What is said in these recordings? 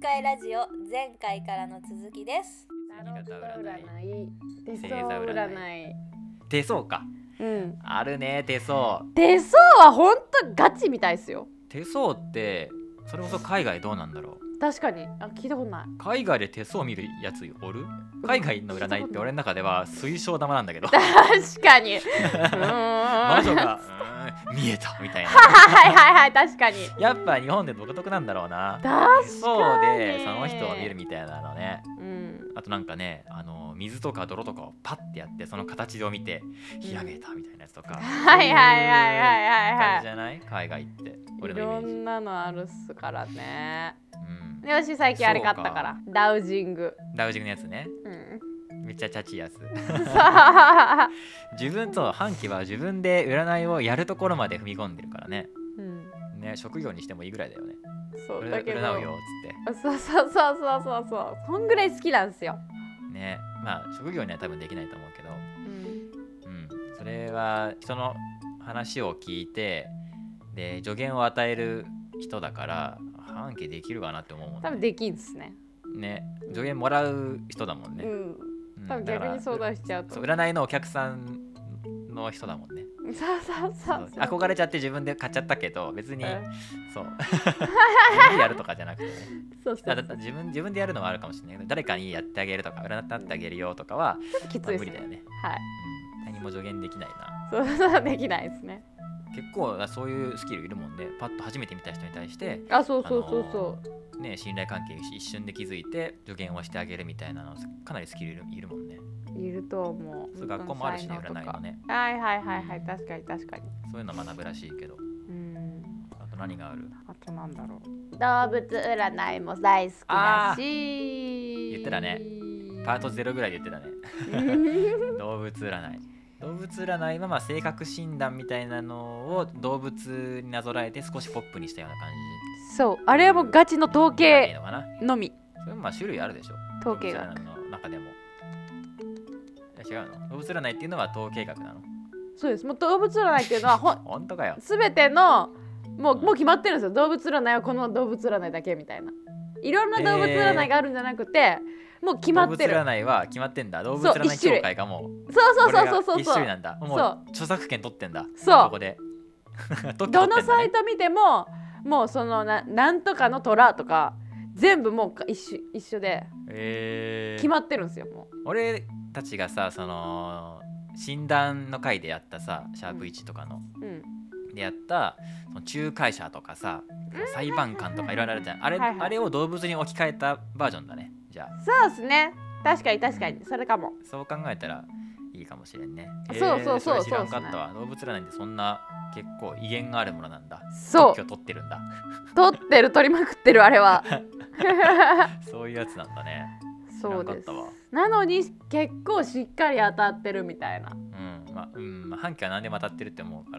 回ラジオ前回からの続きです。 新潟占い、 手相占い、 手相か、あるね。手相はほんとガチみたいですよ。 手相ってそれこそ海外どうなんだろう。 確かに聞いたことない。 海外で手相見るやつおる？海外の占いって俺の中では水晶玉なんだけど確かに魔女が見えたみたいなはい確かにやっぱ日本で独特なんだろうな。 確かに手相でその人を見るみたいなのね。あとなんかね、水とか泥とかをパッてやってその形を見てひらめいたみたいなやつとか、 はい感じじゃない？海外って俺のイメージ。 いろんなのあるっすからね。よし、最近あれ買ったからダウジングのやつね、めっちゃチャチいやつ自分と半期は自分で占いをやるところまで踏み込んでるからね。ね、職業にしてもいいぐらいだよね。 そうだけど占うよっつって。 そうそんぐらい好きなんですよね。まあ職業には多分できないと思うけど、それは人の話を聞いてで助言を与える人だから半期できるかなって思うもんね。 多分できんすね。 助言もらう人だもんね。 多分逆に相談しちゃうと。 そう、占いのお客さんの人だもんね。そう憧れちゃって自分で買っちゃったけど別に、そう自分でやるとかじゃなくてね。自分でやるのはあるかもしれないけど誰かにやってあげるとか占ってあげるよとかはきついですね。 無理だよね。何も助言できないな。 そうできないですね。 結構そういうスキルいるもんね。パッと初めて見た人に対してそうね、信頼関係一瞬で気づいて助言をしてあげるみたいなのかなりスキルいるもんね。 いると思う。 学校もあるしね、占いのね。 はい確かにそういうの学ぶらしいけど。あと何がある？ あとなんだろう。動物占いも大好きだし。 言ってたね。パート0ぐらいで言ってたね動物占いはまあ性格診断みたいなのを動物になぞらえて少しポップにしたような感じ。 そう、あれはもうガチの統計のみ。 それもまあ種類あるでしょ、 統計学の中でも。違うの？動物占いっていうのは統計学なの？ そうです。もう動物占いっていうのは本当かよ。 全てのもう決まってるんですよ。動物占いはこの動物占いだけみたいな。いろんな動物占いがあるんじゃなくて、もう決まってる。 動物占いは決まってんだ。動物占い協会がもうそう一種類なんだ。もう著作権取ってんだ。 そこでどのサイト見てももうそのなんとかの虎とか全部もう一緒で決まってるんですよ。もう俺たちがさ、その診断の回でやったさ、シャープ1とかの、でやったその仲介者とかさ、裁判官とかいろいろあるじゃん。あれを動物に置き換えたバージョンだね。じゃあそうですね。確かにそれかも。 そう考えたらいいかもしれんね。 そうそれ知らんかったわ。動物占いってそんな結構威厳があるものなんだ。 そう。 特許取ってるんだ。 取りまくってるあれは。 そういうやつなんだね。 そうです。なのに結構しっかり当たってるみたいな。 まあ半期は何でも当たってるって思うから。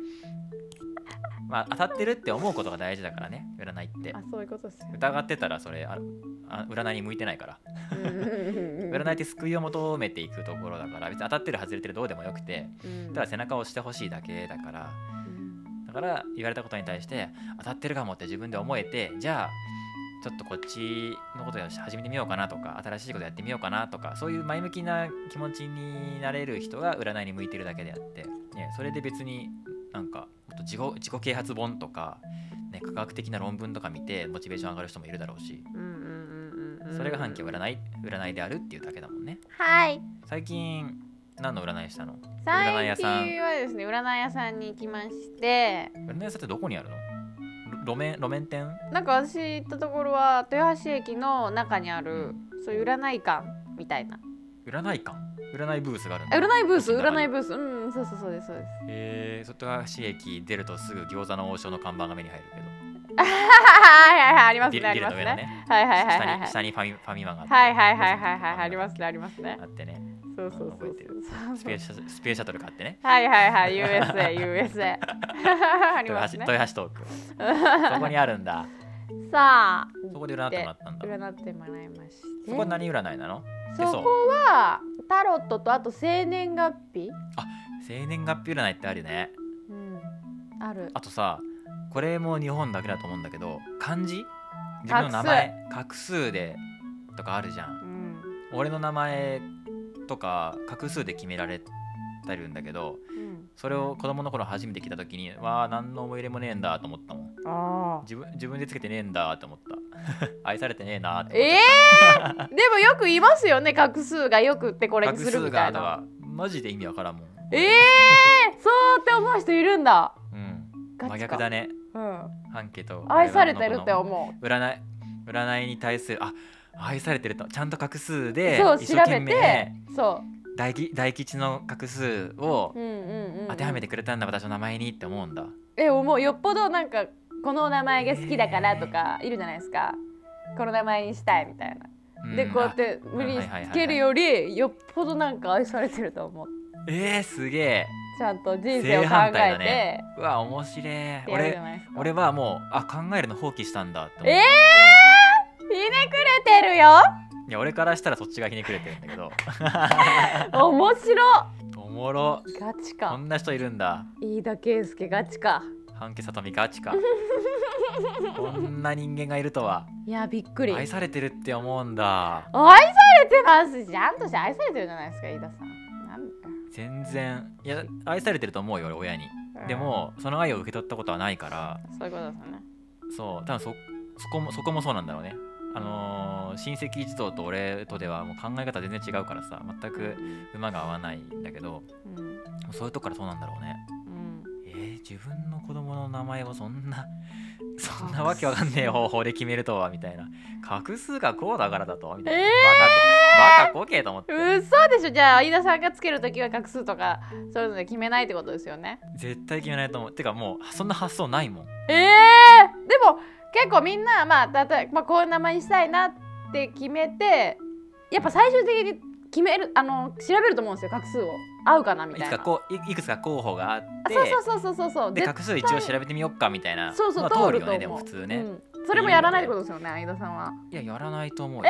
まあ当たってるって思うことが大事だからね、占いって。 そういうことですよ。 疑ってたらそれ占いに向いてないから。占いって救いを求めていくところだから、別に当たってる外れてるどうでもよくて、ただ背中を押してほしいだけだから。だから言われたことに対して当たってるかもって自分で思えて、じゃあちょっとこっちのことを始めてみようかなとか、新しいことやってみようかなとか、そういう前向きな気持ちになれる人が占いに向いてるだけであって、それで別になんか自己啓発本とか、科学的な論文とか見てモチベーション上がる人もいるだろうし、それが半期占いであるっていうだけだもんね。 はい。 最近何の占いしたの？ 最近はですね、占い屋さんに行きまして。 占い屋さんってどこにあるの？路面店？ なんか私行ったところは豊橋駅の中にある、そういう占い館みたいな。 占い館？占いブースがあるんだ。 占いブース。そうです。 豊橋駅出るとすぐ餃子の王将の看板が目に入るけど。 ありますね。 ビルの上のね。下にファミマがあって。 ありますね。 あってね。 そう。 スペーシャトル買ってね。 USA。ありますね。 豊橋トーク。そこにあるんだ。 さあ。 そこで占ってもらったんだ。 占ってもらいまして。 そこは何占いなの？ そこはタロットとあと生年月日。 生年月日占いってあるね。 ある。 あとさ、これも日本だけだと思うんだけど、漢字自分の名前画数でとかあるじゃん、 うん、 俺の名前とか画数で決められてるんだけど、うん、それを子供の頃初めて聞いた時にわあ何の思い入れもねえんだと思ったもん。あ自分でつけてねえんだと思った愛されてねえなって思った。 でもよく言いますよね、画数がよくってこれにするみたいな。 画数がマジで意味わからんもん。 そうって思う人いるんだ。 うん、真逆だね。うん、半家と愛されてるって思う。 占いに対する愛されてるとちゃんと画数で一生懸命そう大吉の画数を当てはめてくれたんだ、私の名前にって思うんだ。 思う。よっぽどなんかこの名前が好きだからとかいるじゃないですか、この名前にしたいみたいな、でこうやって無理につけるよりよっぽどなんか愛されてると思う。 すげえちゃんと人生を考えて、ね、 うわ面白い。俺はもう考えるの放棄したんだって思って。 ひねくれてるよ。 いや俺からしたらそっちがひねくれてるんだけど面白おもろ。 ガチか。 こんな人いるんだ。 飯田圭介ガチか。 半家さとみガチかこんな人間がいるとは。 いやびっくり。 愛されてるって思うんだ。 愛されてますし、ちゃんとして愛されてるじゃないですか飯田さん。 全然いや愛されてると思うよ俺親に、でもその愛を受け取ったことはないから。 そういうことですよね。 そう多分そこもそうなんだろうね。親戚一同と俺とではもう考え方全然違うからさ、全く馬が合わないんだけど、そういうとこからそうなんだろうね。自分の子供の名前をそんなわけわかんねえ方法で決めるとはみたいな。画数がこうだからだとみたいな、バカこけと思って。 嘘でしょ。じゃあ飯田さんがつけるときは画数とかそういうので決めないってことですよね。 絶対決めないと思う。てかもうそんな発想ないもん。 でも結構みんな例えば、こういう名前にしたいなって決めて、やっぱ最終的に決める調べると思うんですよ、画数を合うかなみたいな。 いくつか候補があって、 そうで画数一応調べてみよっかみたいな。 そう通るよね。でも普通ね、 それもやらないってことですよね相田さんは。 いややらないと思うよ。 面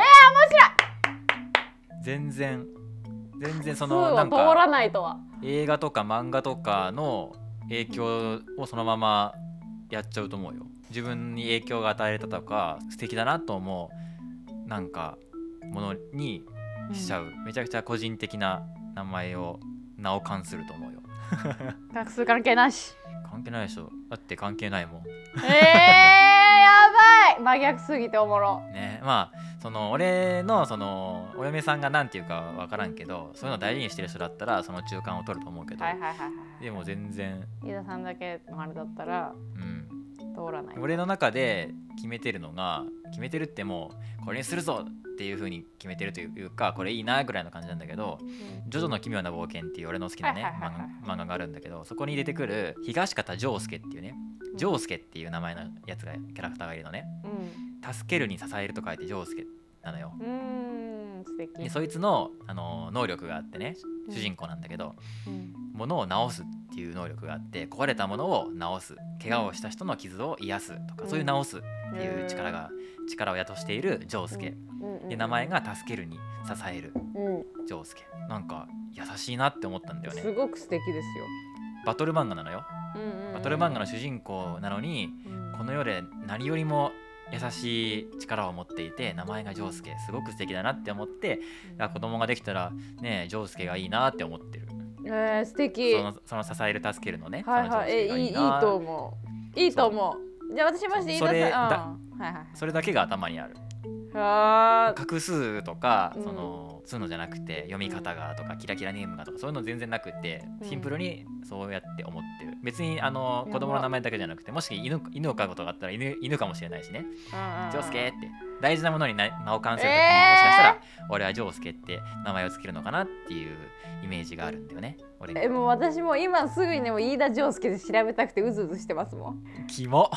白い。全然そのなんか通らないとは。 映画とか漫画とかの影響をそのままやっちゃうと思うよ。自分に影響が与えられたとか素敵だなと思うなんかものにしちゃう、めちゃくちゃ個人的な名を冠すると思うよ。 画数関係なし。 関係ないでしょ。だって関係ないもん。 やばい真逆すぎておもろね。俺のお嫁さんがなんていうかわからんけど、そういうのを大事にしてる人だったらその中間を取ると思うけど、でも全然飯田さんだけのあれだったら通らない。 俺の中で決めてるってもうこれにするぞっていう風に決めてるというか、これいいなぐらいの感じなんだけど、ジョジョの奇妙な冒険っていう俺の好きなね漫画があるんだけど、そこに出てくる東方丈介っていうね、丈介っていう名前のやつがキャラクターがいるのね。助けるに支えると書いて丈介なのよ。 素敵。 でそいつの、能力があってね、主人公なんだけど、物を治すっていう能力があって、壊れたものを治す、怪我をした人の傷を癒すとか、そういう治すっていう力を宿している丈介、で名前が助けるに支える丈介。なんか優しいなって思ったんだよね。 すごく素敵ですよ。 バトル漫画なのよ。バトル漫画の主人公なのに、この世で何よりも優しい力を持っていて、名前が丈介、すごく素敵だなって思って、子供ができたらね丈介がいいなって思ってる。 素敵。 その支える助けるのね。 いいと思う。いいと思う。じゃあ私もし飯田さん、 それだけが頭にある。画数とかそういうのじゃなくて、読み方がとかキラキラネームがとかそういうの全然なくて、シンプルにそうやって思ってる。別に子供の名前だけじゃなくて、もし犬を飼うことがあったら犬かもしれないしね。丈介って大事なものに名を冠するときに、もしかしたら俺は丈介って名前をつけるのかなっていうイメージがあるんだよね。 もう私も今すぐにでも飯田丈介で調べたくてうずうずしてますもん。 キモ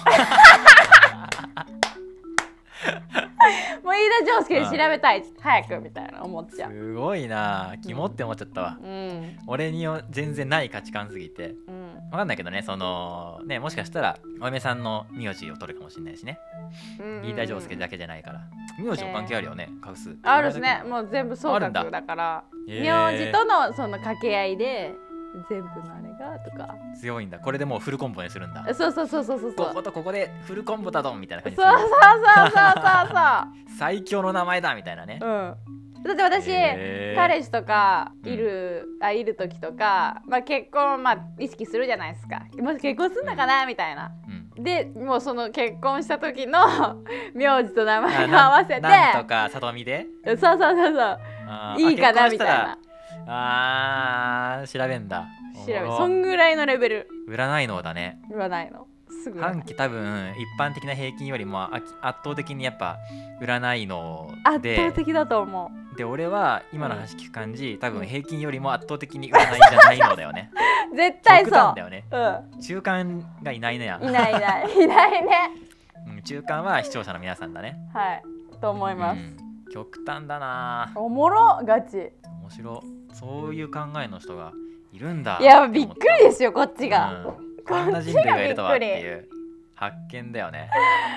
もう飯田丈介で調べたい、早くみたいな思っちゃう。 すごいな、キモって思っちゃったわ。俺に全然ない価値観すぎて、分かんないけどね、もしかしたらお嫁さんの名字を取るかもしれないしね。飯田丈介だけじゃないから、名字も関係あるよね。画数あるですね。もう全部総額だから、名字とのその掛け合いで全部のあれがだとか。 強いんだ。これでもうフルコンボにするんだ。 そうそうそうそうそう。 こことここでフルコンボだどんみたいな感じそうそうそうそう最強の名前だみたいなね。 そう。だって私、彼氏とかいる時とか、まあ、結婚、まあ、意識するじゃないですか。もし結婚すんのかなみたいな。でもうその結婚した時の名字と名前を合わせてなんとか里見でそういいかなみたいな。調べんだ。 そんぐらいのレベル。 占いのだね。 占いのすぐ半期多分一般的な平均よりも圧倒的にやっぱ占いので圧倒的だと思う。で俺は今の話聞く感じ、多分平均よりも圧倒的に占いじゃないのだよね。 絶対そう。 極端だよね。中間がいないねや。 いないね。 中間は視聴者の皆さんだね。 はいと思います。 極端だな。 おもろガチ。 面白。そういう考えの人がいるんだ。 いやびっくりですよこっちが。 こんな人類がいるとはっていう発見だよね。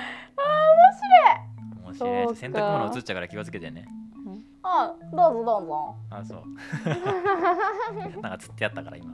面白い。洗濯物映っちゃうから気をつけてね。 どうぞどうぞ。 そうなんか釣ってやったから今。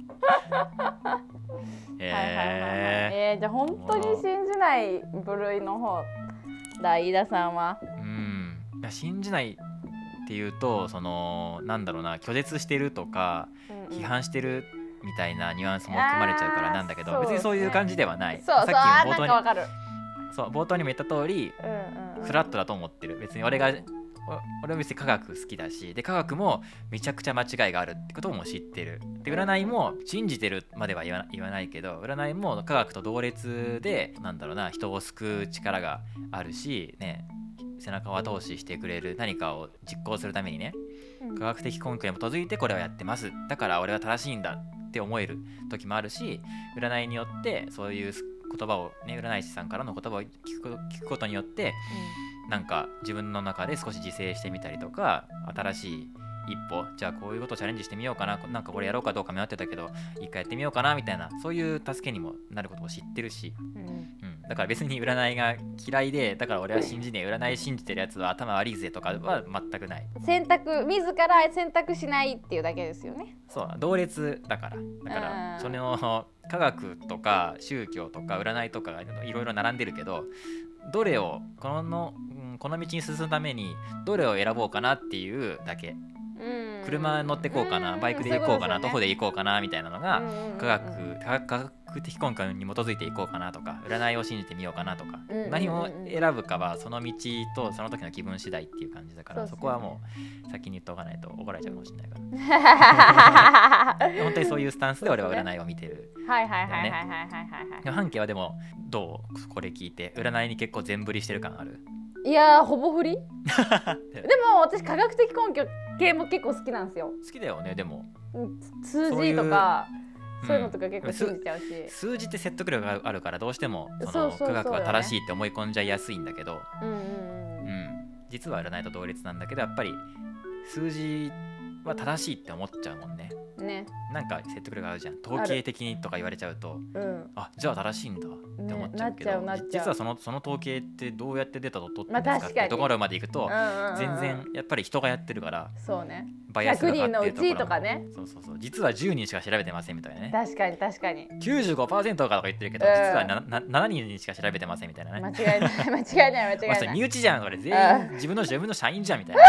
じゃあ本当に信じない部類の方だ飯田さんは。 いや信じないっていうとそのなんだろうな、拒絶してるとか、批判してるみたいなニュアンスも含まれちゃうからなんだけど、別にそういう感じではない。 さっきの冒頭にも言った通り、フラットだと思ってる。別に俺は別に科学好きだし、で科学もめちゃくちゃ間違いがあるってことも知ってる。で占いも信じてるまでは言わないけど、占いも科学と同列でなんだろうな、人を救う力があるしね、背中を後押ししてくれる何かを実行するためにね、科学的根拠に基づいてこれをやってます、だから俺は正しいんだって思える時もあるし、占いによってそういう言葉をね、占い師さんからの言葉を聞くことによって、なんか自分の中で少し自制してみたりとか、新しい一歩、じゃあこういうことをチャレンジしてみようかな、なんかこれやろうかどうか迷ってたけど一回やってみようかなみたいな、そういう助けにもなることを知ってるし、だから別に占いが嫌いで、だから俺は信じねえ、占い信じてるやつは頭悪いぜとかは全くない。 自ら選択しないっていうだけですよね。 そう、同列だからその科学とか宗教とか占いとかがいろいろ並んでるけど、どれをこの道に進むためにどれを選ぼうかなっていうだけ。車乗ってこうかな、バイクで行こうかな、徒歩で行こうかなみたいなのが科学的根拠に基づいていこうかなとか、占いを信じてみようかなとか、何を選ぶかはその道とその時の気分次第っていう感じだから、そこはもう先に言っておかないと怒られちゃうかもしれないから本当にそういうスタンスで俺は占いを見てる。半径はでもどう、これ聞いて占いに結構全振りしてる感ある？ いやほぼ振りでも私科学的根拠系も結構好きなんですよ。 好きだよね。でも数字とかそういうのとか結構信じちゃうし、 数字って説得力があるからどうしてもその科学は正しいって思い込んじゃいやすいんだけど、実は占いと同列なんだけど、やっぱり数字は正しいって思っちゃうもんね。なんか説得力あるじゃん。統計的にとか言われちゃうと、じゃあ正しいんだって思っちゃうけど、実はその統計ってどうやってデータを取ってるんですかってところまでいくと、全然やっぱり人がやってるから、バイアスがかかってるところも、100人のうちとかね、そう実は10人しか調べてませんみたいなね。 確かに 95% とか言ってるけど、実は7人しか調べてませんみたいなね。 間違いない身内じゃん、これ全員自分の社員じゃんみたいな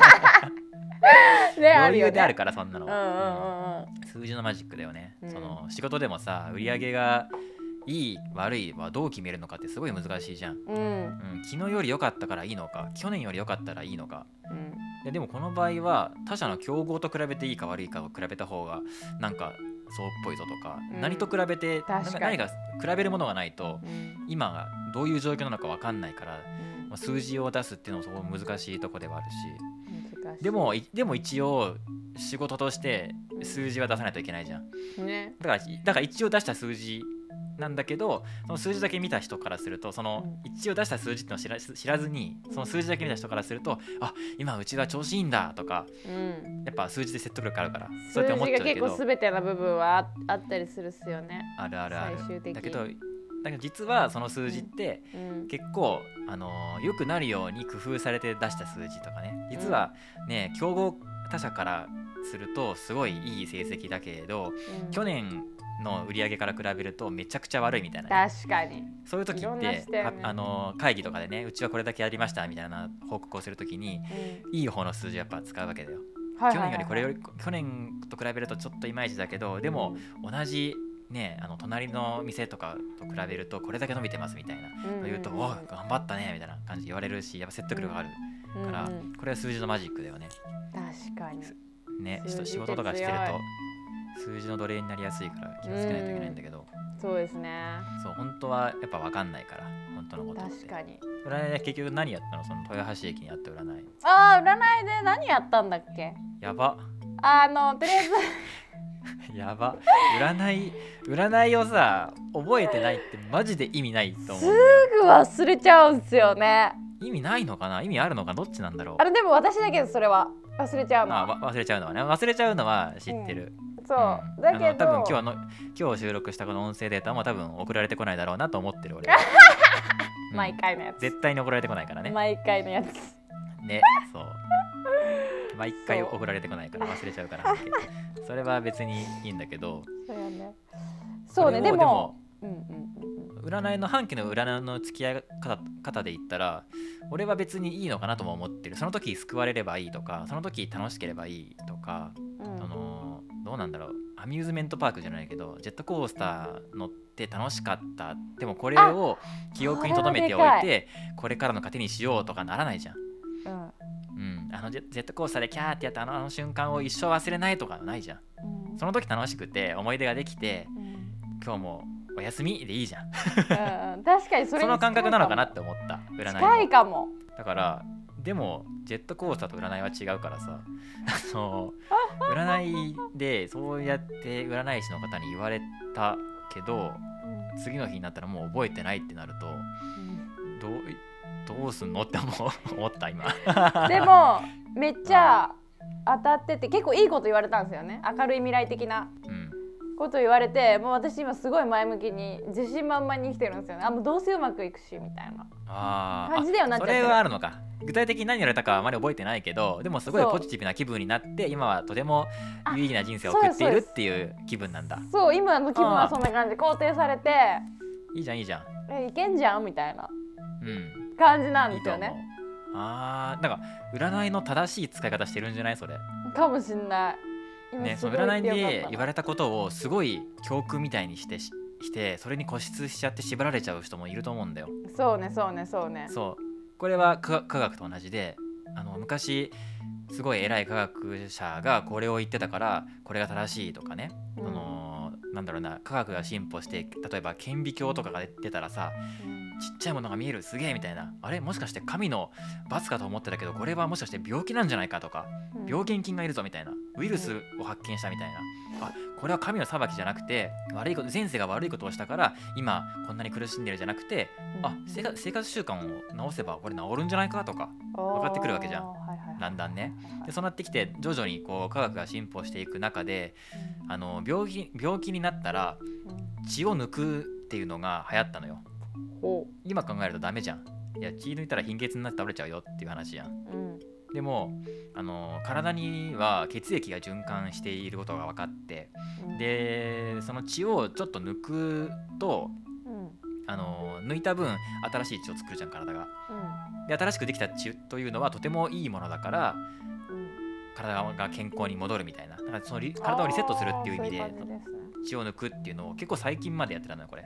余裕であるから、そんなの数字のマジックだよね。その仕事でもさ、売り上げがいい悪いはどう決めるのかってすごい難しいじゃん。昨日より良かったからいいのか、去年より良かったらいいのか、でもこの場合は他社の競合と比べていいか悪いかを比べた方がなんかそうっぽいぞとか、何と比べて何か比べるものがないと、今がどういう状況なのか分かんないから、数字を出すっていうのもすごい難しいとこではあるし、でも一応仕事として数字は出さないといけないじゃん、だから一応出した数字なんだけど、その数字だけ見た人からすると、その一応出した数字ってのを知らずに、その数字だけ見た人からすると、今うちは調子いいんだとか、やっぱ数字で説得力あるから、そうやって思っちゃうけど、 数字が結構全ての部分はあったりするっすよね。 あるだけど実はその数字って結構良くなるように工夫されて出した数字とかね、実はね、競合他社からするとすごいいい成績だけれど、去年の売り上げから比べるとめちゃくちゃ悪いみたいな、 確かにそういう時いろんなって、 視点ね会議とかでね、うちはこれだけやりましたみたいな報告をするときに、いい方の数字やっぱ使うわけだよ。去年よりこれより去年と比べるとちょっといまいちだけど、でも同じね、隣の店とかと比べるとこれだけ伸びてますみたいな言うと、お頑張ったねみたいな感じで言われるし、やっぱ説得力があるから、これは数字のマジックだよね。 確かにね、仕事とかしてると数字の奴隷になりやすいから気をつけないといけないんだけど、 そうですね。 そう本当はやっぱ分かんないから本当のことって。 確かに。 占いで結局何やったの？その豊橋駅にあった占い。 ああ、占いで何やったんだっけ？ やば。 とりあえずやば。占いをさ覚えてないってマジで意味ないと思う。 すぐ忘れちゃうんすよね。 意味ないのかな？意味あるのか？どっちなんだろう。 でも私だけどそれは忘れちゃうのは。 忘れちゃうのはね。忘れちゃうのは知ってる。 そう、だけど多分今日収録したこの音声データも多分送られてこないだろうなと思ってる俺は。 毎回のやつ。 絶対に送られてこないからね。 毎回のやつ。 ね、そう。毎回送られてこないから忘れちゃうからそれは別にいいんだけど。 そうね、でも占いの半期の占いの付き合い方で言ったら俺は別にいいのかなとも思ってる。その時救われればいいとか、その時楽しければいいとか、どうなんだろう、アミューズメントパークじゃないけどジェットコースター乗って楽しかった、でもこれを記憶に留めておいてこれからの糧にしようとかならないじゃん。ジェットコースターでキャーってやったあの瞬間を一生忘れないとかないじゃん。その時楽しくて思い出ができて、今日もお休みでいいじゃん。 確かにその感覚なのかなって思った占いも。 近いかも。 だからでもジェットコースターと占いは違うからさ占いでそうやって占い師の方に言われたけど、次の日になったらもう覚えてないってなると、どうすんのって思った今。 でもめっちゃ当たってて結構いいこと言われたんですよね。明るい未来的なこと言われて、もう私今すごい前向きに自信満々に生きてるんですよね。もうどうせうまくいくしみたいな感じではなっちゃってる。 それはあるのか。具体的に何言われたかはあまり覚えてないけど、でもすごいポジティブな気分になって今はとても有意義な人生を送っているっていう気分なんだ。 そう、今の気分はそんな感じ。肯定されていいじゃんいいじゃん、 いけんじゃんみたいな感じなんですよね。 なんか占いの正しい使い方してるんじゃないそれ。 かもしんないね。その占いで言われたことをすごい教訓みたいにしてそれに固執しちゃって縛られちゃう人もいると思うんだよ。 そうね。 そうこれは科学と同じで、昔すごい偉い科学者がこれを言ってたからこれが正しいとかね、なんだろうな、科学が進歩して例えば顕微鏡とかが出たらさ、ちっちゃいものが見えるすげえみたいな、あれもしかして神の罰かと思ってたけどこれはもしかして病気なんじゃないかとか、病原菌がいるぞみたいな、ウイルスを発見したみたいな、これは神の裁きじゃなくて前世が悪いことをしたから今こんなに苦しんでるじゃなくて、生活習慣を直せばこれ治るんじゃないかとか分かってくるわけじゃん。だんだんね。でそうなってきて徐々にこう科学が進歩していく中で、病気になったら血を抜くっていうのが流行ったのよ。今考えるとダメじゃん。いや血抜いたら貧血になって倒れちゃうよっていう話じゃん。でも体には血液が循環していることが分かって、でその血をちょっと抜くと、抜いた分新しい血を作るじゃん体が。で新しくできた血というのはとてもいいものだから、体が健康に戻るみたいな。だからその体をリセットするっていう意味で血を抜くっていうのを結構最近までやってたのよこれ。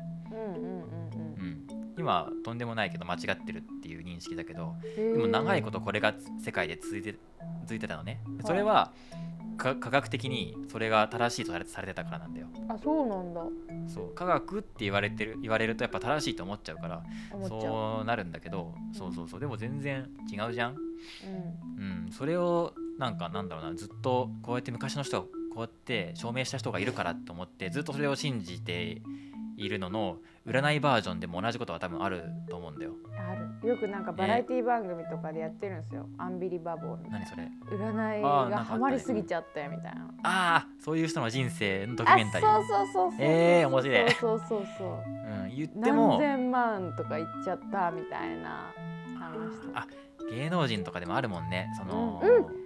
今とんでもないけど間違ってるっていう認識だけど、でも長いことこれが世界で続いてたのね。それは科学的にそれが正しいとされてたからなんだよ。 そうなんだ。 そう科学って言われるとやっぱ正しいと思っちゃうからそうなるんだけど、そうでも全然違うじゃん。それをなんだろうな、ずっとこうやって昔の人がこうやって証明した人がいるからと思ってずっとそれを信じているのの占いバージョンでも同じことは多分あると思うんだよ。 よくなんかバラエティ番組とかでやってるんですよ。アンビリバボーみたいな。 何それ？ 占いがハマりすぎちゃってみたいな。 そういう人の人生のドキュメンタリー。 そう面白い。 そう、 言っても何千万とかいっちゃったみたいな話とか。 芸能人とかでもあるもんね。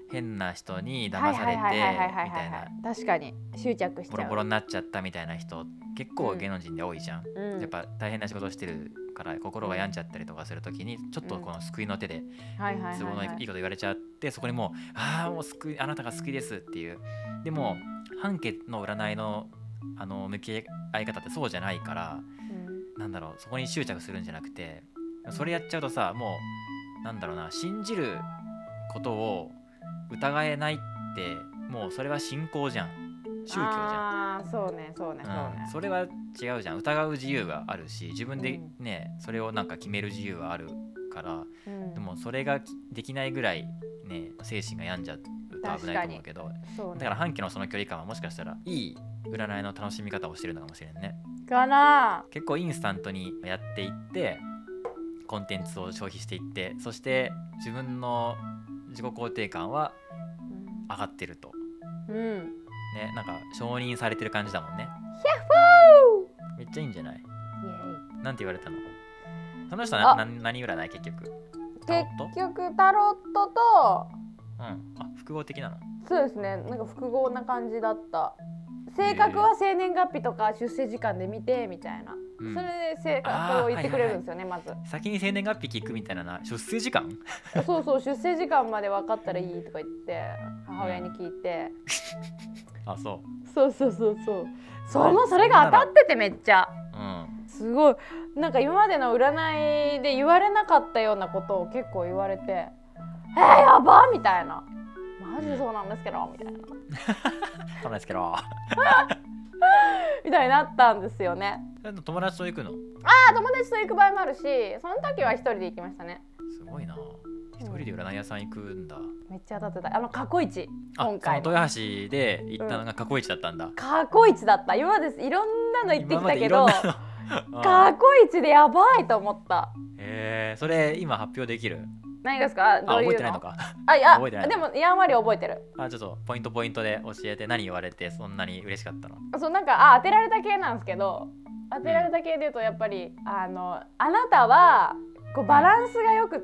変な人に騙されてみたいな、 確かに執着しちゃう、 ボロボロになっちゃったみたいな人結構芸能人で多いじゃん、 うん、 やっぱ大変な仕事をしてるから心が病んじゃったりとかするときにちょっとこの救いの手で都合のいいこと言われちゃって、そこにもうもう救い、あなたが救いですっていう。でも半家の占いの向き合い方ってそうじゃないから、なんだろう、そこに執着するんじゃなくて、それやっちゃうとさ、もうなんだろうな、信じることを疑えないってもうそれは信仰じゃん、宗教じゃん。 ああそうねそうねそうね、 それは違うじゃん。疑う自由があるし、自分でね、それをなんか決める自由はあるから、でもそれができないぐらいね精神が病んじゃうと危ないと思うけど、だから半家のその距離感はもしかしたらいい占いの楽しみ方をしてるのかもしれんね。 かな。 結構インスタントにやっていってコンテンツを消費していって、そして自分の自己肯定感は上がってると、ね、なんか承認されてる感じだもんね。めっちゃいいんじゃない？なんて言われたの？その人は何占い結局？ タロットと、 複合的なの？そうですね、なんか複合な感じだった。性格は生年月日とか出生時間で見てみたいな、それで性格を言ってくれるんですよね、まず先に生年月日聞くみたいな。出生時間そうそう、出生時間まで分かったらいいとか言って母親に聞いて、そうそれが当たっててめっちゃ、すごいなんか今までの占いで言われなかったようなことを結構言われて、やばみたいな、マジでそうなんですけどみたいなそうなんですけどみたいになったんですよね。 友達と行くの？ 友達と行く場合もあるし、その時は一人で行きましたね。 すごいな、一人で占い屋さん行くんだ。 めっちゃ当たってた。過去一、今回その豊橋で行ったのが過去一だったんだ。 過去一だった。今までいろんなの行ってきたけど過去一でやばいと思った。 それ今発表できる？ 何ですか？どういうの？ 覚えてないのか。 いやでもやんわり覚えてる。 ちょっとポイントで教えて。何言われてそんなに嬉しかったの？ そう、なんか当てられた系なんですけど、当てられた系で言うとやっぱりあなたはこうバランスがよくって、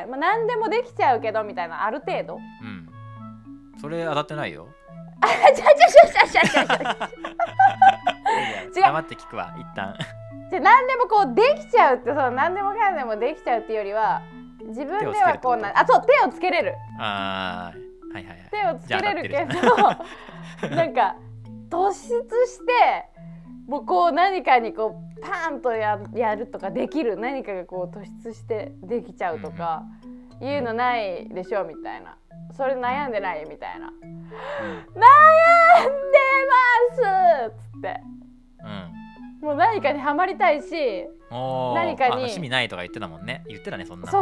何でもできちゃうけどみたいな、ある程度。 それ当たってないよ。黙って聞くわ一旦。 何でもこうできちゃうって、何でもかんでもできちゃうっていうよりは、自分ではこう手をつけれる。手をつけれるけどなんか突出してもうこう何かにこうパーンとやるとかできる、何かがこう突出してできちゃうとかいうのないでしょみたいな。それ悩んでないみたいな、悩んでますっつって、もう何かにハマりたいし、何かに趣味ないとか言ってたもんね。言ってたね、そんな。 そう、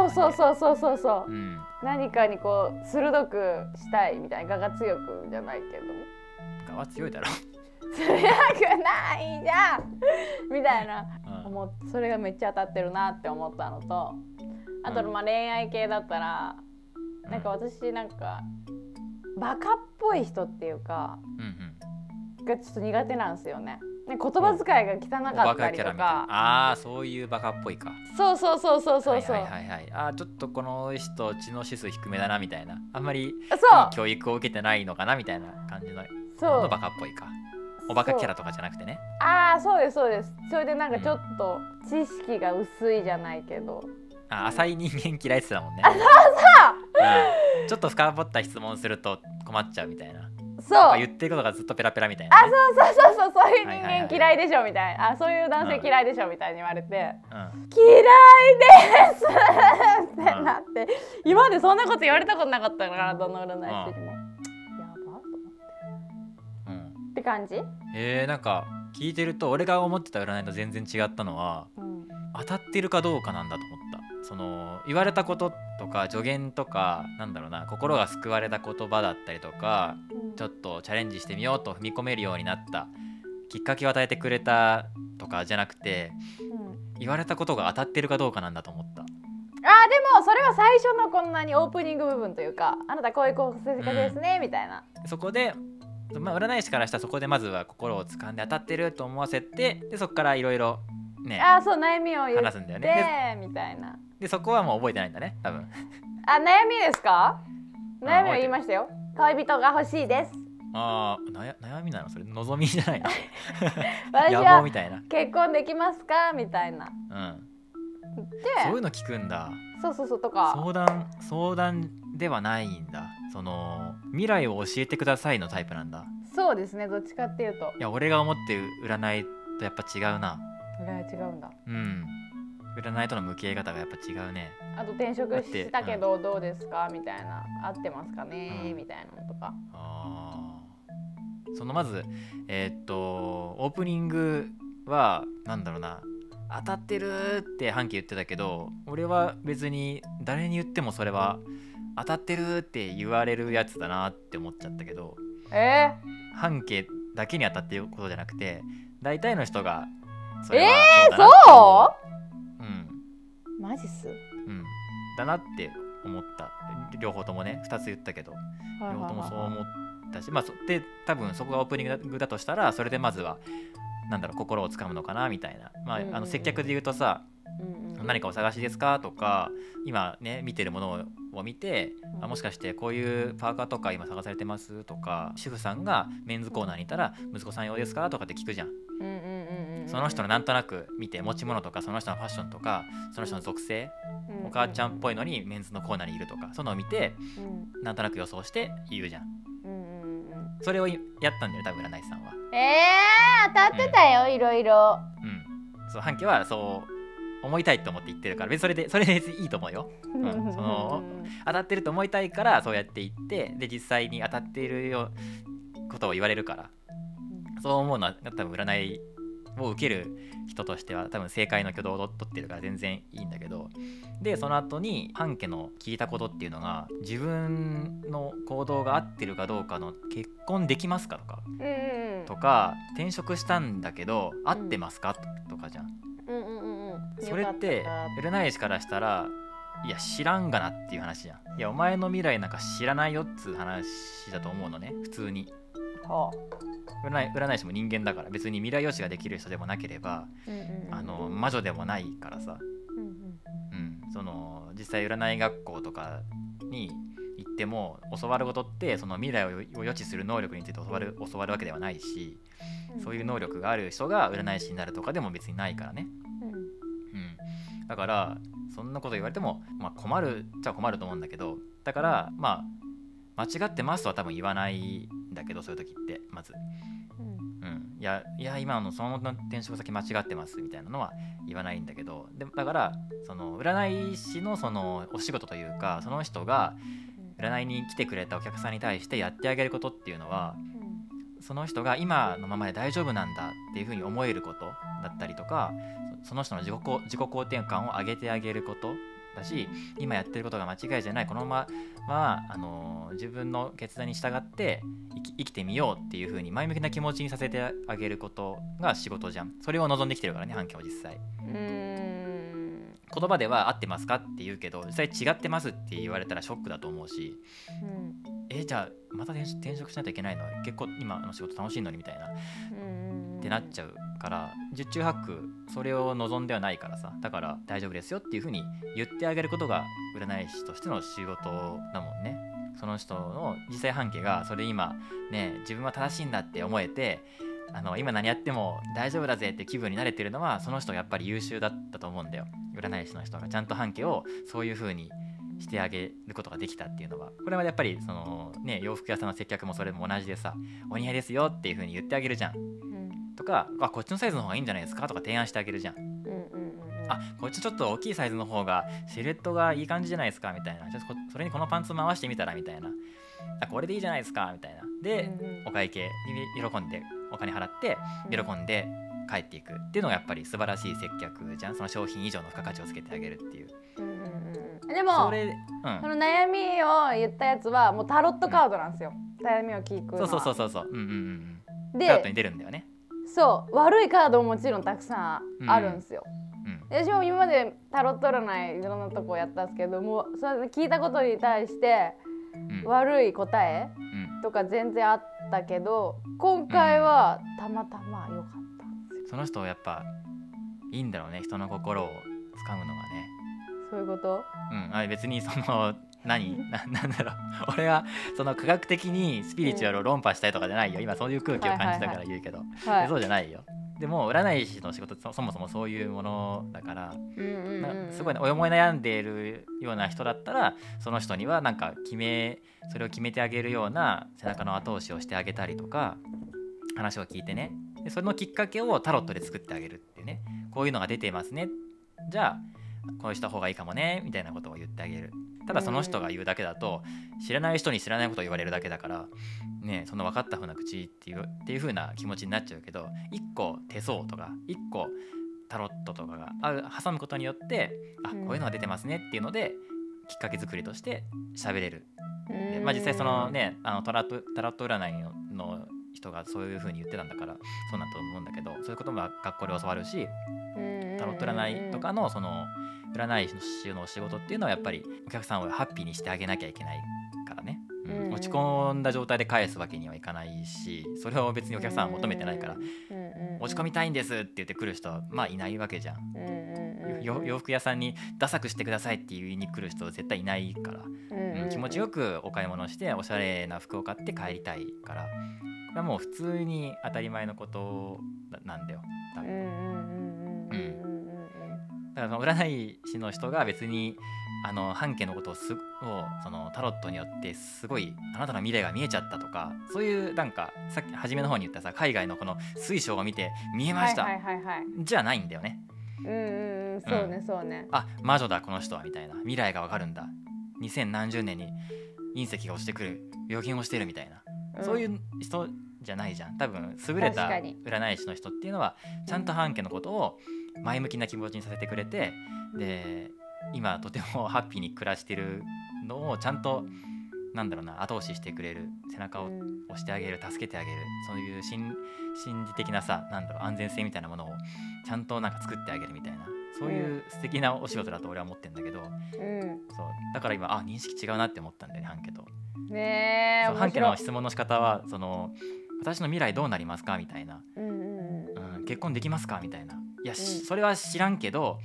何かにこう鋭くしたいみたいな、我が強くじゃないけど。 我は強いだろ。 強くないじゃんみたいな、それがめっちゃ当たってるなって思ったのと、あと恋愛系だったら、なんか私なんかバカっぽい人っていうか、がちょっと苦手なんですよね。言葉遣いが汚かったりとか。 そういうバカっぽいか。 そう。 ちょっとこの人知能指数低めだなみたいな、あんまりいい教育を受けてないのかなみたいな感じのバカっぽいか。おバカキャラとかじゃなくてね。 そうです。それでなんかちょっと知識が薄いじゃないけど、 浅い人間嫌いって言ってたもんね。ちょっと深掘った質問すると困っちゃうみたいな。言ってることがずっとペラペラみたいな、ね。 そういう人間嫌いでしょみたいな。そういう男性嫌いでしょみたいに言われて、嫌いですってなって、今までそんなこと言われたことなかったから、どの占い師にも。やばと思って。って感じ？ なんか聞いてると俺が思ってた占いと全然違ったのは、当たってるかどうかなんだと思った。その言われたこととか助言とか、なんだろうな、心が救われた言葉だったりとか、ちょっとチャレンジしてみようと踏み込めるようになったきっかけを与えてくれたとかじゃなくて、言われたことが当たってるかどうかなんだと思った。 でもそれは最初のこんなにオープニング部分というか、あなたこういう性格ですね、みたいな。 そこで占い師からしたら、そこでまずは心を掴んで当たってると思わせて、でそこからいろいろね、 悩みを言って話すんだよね、 みたいな。 でそこはもう覚えてないんだね、多分。 悩みですか？ 悩みは言いましたよ。恋人が欲しいです。 悩みなのそれ？望みじゃないの？ 私野望はみたいな。 結婚できますかみたいな。でそういうの聞くんだ。 そうとか相談ではないんだ。その未来を教えてくださいのタイプなんだ。 そうですね、どっちかっていうと。 いや俺が思ってる占いとやっぱ違うな。 違うんだ。 占いとの向き合い方がやっぱ違うね。 あと転職したけどどうですかみたいな、合ってますかねみたいなのとか。 そのまずオープニングはなんだろうな、当たってるって半家言ってたけど、俺は別に誰に言ってもそれは当たってるって言われるやつだなって思っちゃったけど、半家だけに当たっていることじゃなくて大体の人がそれはそうだなってそうマジっすだなって思った。両方ともね、2つ言ったけど両方ともそう思ったし、で多分そこがオープニングだとしたらそれでまずはなんだろう、心をつかむのかなみたいな、接客で言うとさ、何かお探しですかとか、今ね見てるものを見て、もしかしてこういうパーカーとか今探されてますとか、主婦さんがメンズコーナーにいたら息子さん用ですかとかって聞くじゃん。その人のなんとなく見て持ち物とかその人のファッションとかその人の属性、お母ちゃんっぽいのにメンズのコーナーにいるとか、そういうのを見て、なんとなく予想して言うじゃん。それをやったんだよ多分占い師さんは。 当たってたよ、いろいろ。 そう、半家はそう思いたいと思って言ってるから、別にそれでいいと思うよ。その当たってると思いたいからそうやって言って、で実際に当たっているよことを言われるから、そう思うのは多分占いを受ける人としては多分正解の挙動を取ってるから全然いいんだけど、でその後に半家の聞いたことっていうのが、自分の行動が合ってるかどうかの、結婚できますかとか、転職したんだけど合ってますかとかじゃん。それって占い師からしたら、いや知らんがなっていう話じゃん。いやお前の未来なんか知らないよっつう話だと思うのね、普通に。占い師も人間だから、別に未来予知ができる人でもなければ、魔女でもないからさ、その実際占い学校とかに行っても教わることってその未来を予知する能力について教わるわけではないし、そういう能力がある人が占い師になるとかでも別にないからね。だからそんなこと言われても、困るっちゃ困ると思うんだけど、だから間違ってますとは多分言わないんだけど、そういう時ってまず、いや今のその転職先間違ってますみたいなのは言わないんだけど、だからその占い師のそのお仕事というか、その人が占いに来てくれたお客さんに対してやってあげることっていうのは、その人が今のままで大丈夫なんだっていうふうに思えることだったりとか、その人の自己肯定感を上げてあげることだし、今やってることが間違いじゃない、このまま、自分の決断に従って生きてみようっていう風に前向きな気持ちにさせてあげることが仕事じゃん。それを望んできてるからね、半家は実際。言葉では合ってますかって言うけど、実際違ってますって言われたらショックだと思うし、じゃあまた転職しないといけないの、結構今の仕事楽しいのにみたいなってなっちゃうから、十中八九それを望んではないからさ、だから大丈夫ですよっていう風に言ってあげることが占い師としての仕事だもんね。その人の実際半家がそれ今ね、自分は正しいんだって思えて、今何やっても大丈夫だぜって気分になれてるのは、その人がやっぱり優秀だったと思うんだよ。占い師の人がちゃんと半家をそういう風にしてあげることができたっていうのは、これはやっぱりそのね、洋服屋さんの接客もそれも同じでさ、お似合いですよっていう風に言ってあげるじゃん、とか、こっちのサイズの方がいいんじゃないですかとか提案してあげるじゃん。こっちちょっと大きいサイズの方がシルエットがいい感じじゃないですかみたいな、それにこのパンツ回してみたらみたいな、これでいいじゃないですかみたいなで、お会計に喜んでお金払って喜んで帰っていくっていうのがやっぱり素晴らしい接客じゃん。その商品以上の付加価値をつけてあげるっていう。 でもその悩みを言ったやつはもうタロットカードなんですよ、悩みを聞くのは。 そうで、タロットに出るんだよね。 そう、悪いカードももちろんたくさんあるんですよ。私も今までタロット占いいろんなとこやったんですけども、それ聞いたことに対して悪い答えとか全然あったけど、今回はたまたま良かったんですよ。 その人やっぱいいんだろうね、人の心を掴むのがね。 そういうこと？ 別にそのなんだろう俺はその科学的にスピリチュアルを論破したいとかじゃないよ、今そういう空気を感じたから言うけど、 はい、 そうじゃないよ。でも占い師の仕事ってそもそもそういうものだから、すごい、ね、思い悩んでいるような人だったらその人にはなんかそれを決めてあげるような背中の後押しをしてあげたりとか、話を聞いてね、でそのきっかけをタロットで作ってあげるっていうね、こういうのが出てますね、じゃあこうした方がいいかもねみたいなことを言ってあげる。ただその人が言うだけだと知らない人に知らないことを言われるだけだからね、その分かった風な口っていう風な気持ちになっちゃうけど、一個手相とか一個タロットとかが挟むことによって、こういうのが出てますねっていうのできっかけ作りとして喋れる。で、実際そのねタロット占いの人がそういう風に言ってたんだからそうなんだと思うんだけど、そういうことも学校で教わるし、タロット占いとかのその占い師の仕事っていうのはやっぱりお客さんをハッピーにしてあげなきゃいけないからね、落ち込んだ状態で返すわけにはいかないし、それを別にお客さんは求めてないから、落ち込みたいんですって言ってくる人はいないわけじゃん。洋服屋さんにダサくしてくださいって言いに来る人絶対いないから、気持ちよくお買い物しておしゃれな服を買って帰りたいから、これはもう普通に当たり前のことなんだよ多分。だから占い師の人が別に半家のことをそのタロットによってすごいあなたの未来が見えちゃったとか、そういうなんかさっき初めの方に言ったさ、海外のこの水晶を見て見えました、じゃないんだよね。 そうねそうね。 魔女だこの人はみたいな、未来がわかるんだ、2000何十年に隕石が落ちてくる予言をしてるみたいな、そういう人じゃないじゃん多分。優れた占い師の人っていうのはちゃんと半家のことを前向きな気持ちにさせてくれて、で今とてもハッピーに暮らしてるのをちゃんとなんだろうな後押ししてくれる、背中を押してあげる、助けてあげる、そういう心理的なさ、なんだろう安全性みたいなものをちゃんとなんか作ってあげるみたいな、そういう素敵なお仕事だと俺は思ってるんだけど、そうだから今認識違うなって思ったんだよね半家と。半家の質問の仕方はその私の未来どうなりますかみたいな、結婚できますかみたいな、いやそれは知らんけど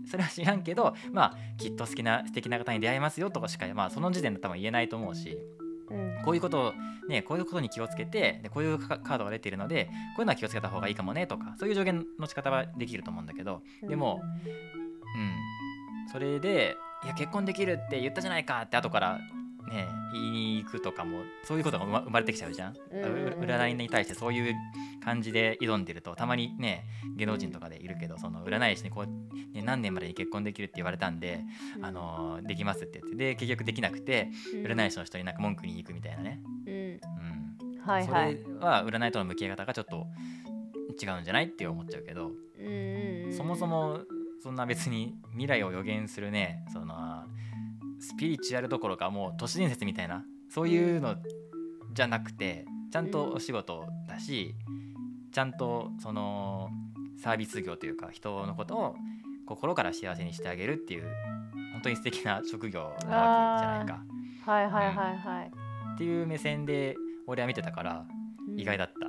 きっと素敵な方に出会いますよとかしか、その時点で多分言えないと思うし、こういうことに気をつけて、でこういうカードが出ているのでこういうのは気をつけた方がいいかもねとか、そういう助言の仕方はできると思うんだけど、でもそれでいや結婚できるって言ったじゃないかって後からね言いに行くとかも、そういうことが生まれてきちゃうじゃん。占いに対してそういう感じで挑んでるとたまにね芸能人とかでいるけど、その占い師にこう、何年までに結婚できるって言われたんで、できますって言って、で結局できなくて、占い師の人になんか文句に行くみたいなね、それは占いとの向き合い方がちょっと違うんじゃないって思っちゃうけど、そもそもそんな別に未来を予言するね、そのスピリチュアルどころかもう都市伝説みたいなそういうのじゃなくて、ちゃんとお仕事だし、ちゃんとそのサービス業というか人のことを心から幸せにしてあげるっていう本当に素敵な職業なわけじゃないか。っていう目線で俺は見てたから意外だった、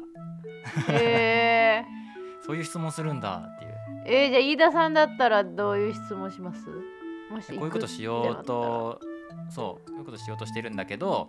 そういう質問するんだっていう。 じゃあ飯田さんだったらどういう質問します？もしこういうことしようとしてるんだけど、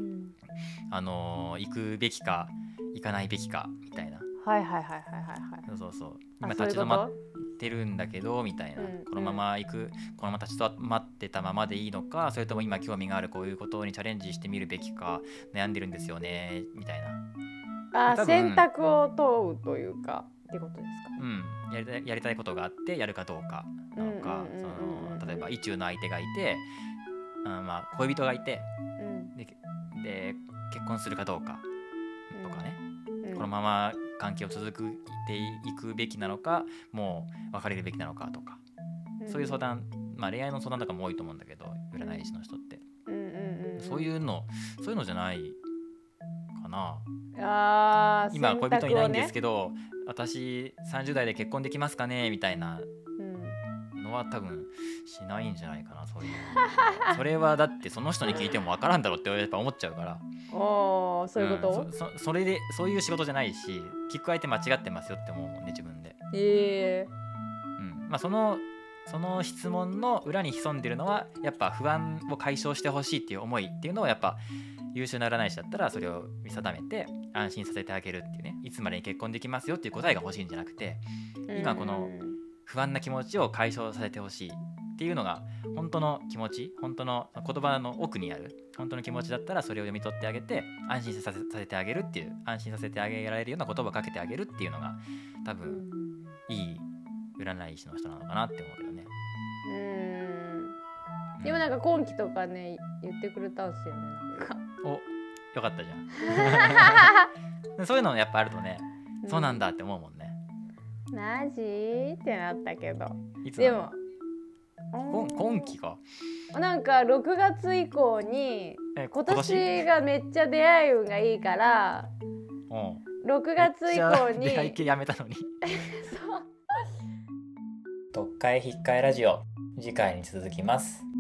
行くべきか行かないべきかみたいな、そう今立ち止まってるんだけどみたいな、このまま立ち止まってたままでいいのか、それとも今興味があるこういうことにチャレンジしてみるべきか悩んでるんですよねみたいな。 選択を問うというかってことですか。やりたいことがあってやるかどうかなのか、例えば意中の相手がいて、恋人がいて、で結婚するかどうかとかね、このまま関係を続けていくべきなのか、もう別れるべきなのかとか、そういう相談、恋愛の相談とかも多いと思うんだけど、占い師の人って、そういうのじゃないかな。今恋人いないんですけど、私30代で結婚できますかねみたいなのは多分しないんじゃないかな。そういうそれはだってその人に聞いても分からんだろうってやっぱ思っちゃうから。 そういうこと、 それでそういう仕事じゃないし、聞く相手間違ってますよって思うもんね自分で。 そのその質問の裏に潜んでるのはやっぱ不安を解消してほしいっていう思いっていうのをやっぱ優秀な占い師だったらそれを見定めて安心させてあげるっていうね、いつまでに結婚できますよっていう答えが欲しいんじゃなくて、今この不安な気持ちを解消させてほしいっていうのが本当の気持ち、本当の言葉の奥にある本当の気持ちだったら、それを読み取ってあげて安心させてあげるっていう、安心させてあげられるような言葉をかけてあげるっていうのが多分いい占い師の人なのかなって思うけどね。 でもなんか今期とかね言ってくれたんですよね。なんかお、よかったじゃんそういうのやっぱあるとね、そうなんだって思うもんね。 マジってなったけど、 いつでも今期かなんか6月以降に今年がめっちゃ出会い運がいいから、6月以降に出会い系やめたのに読解引っかえラジオ、次回に続きます。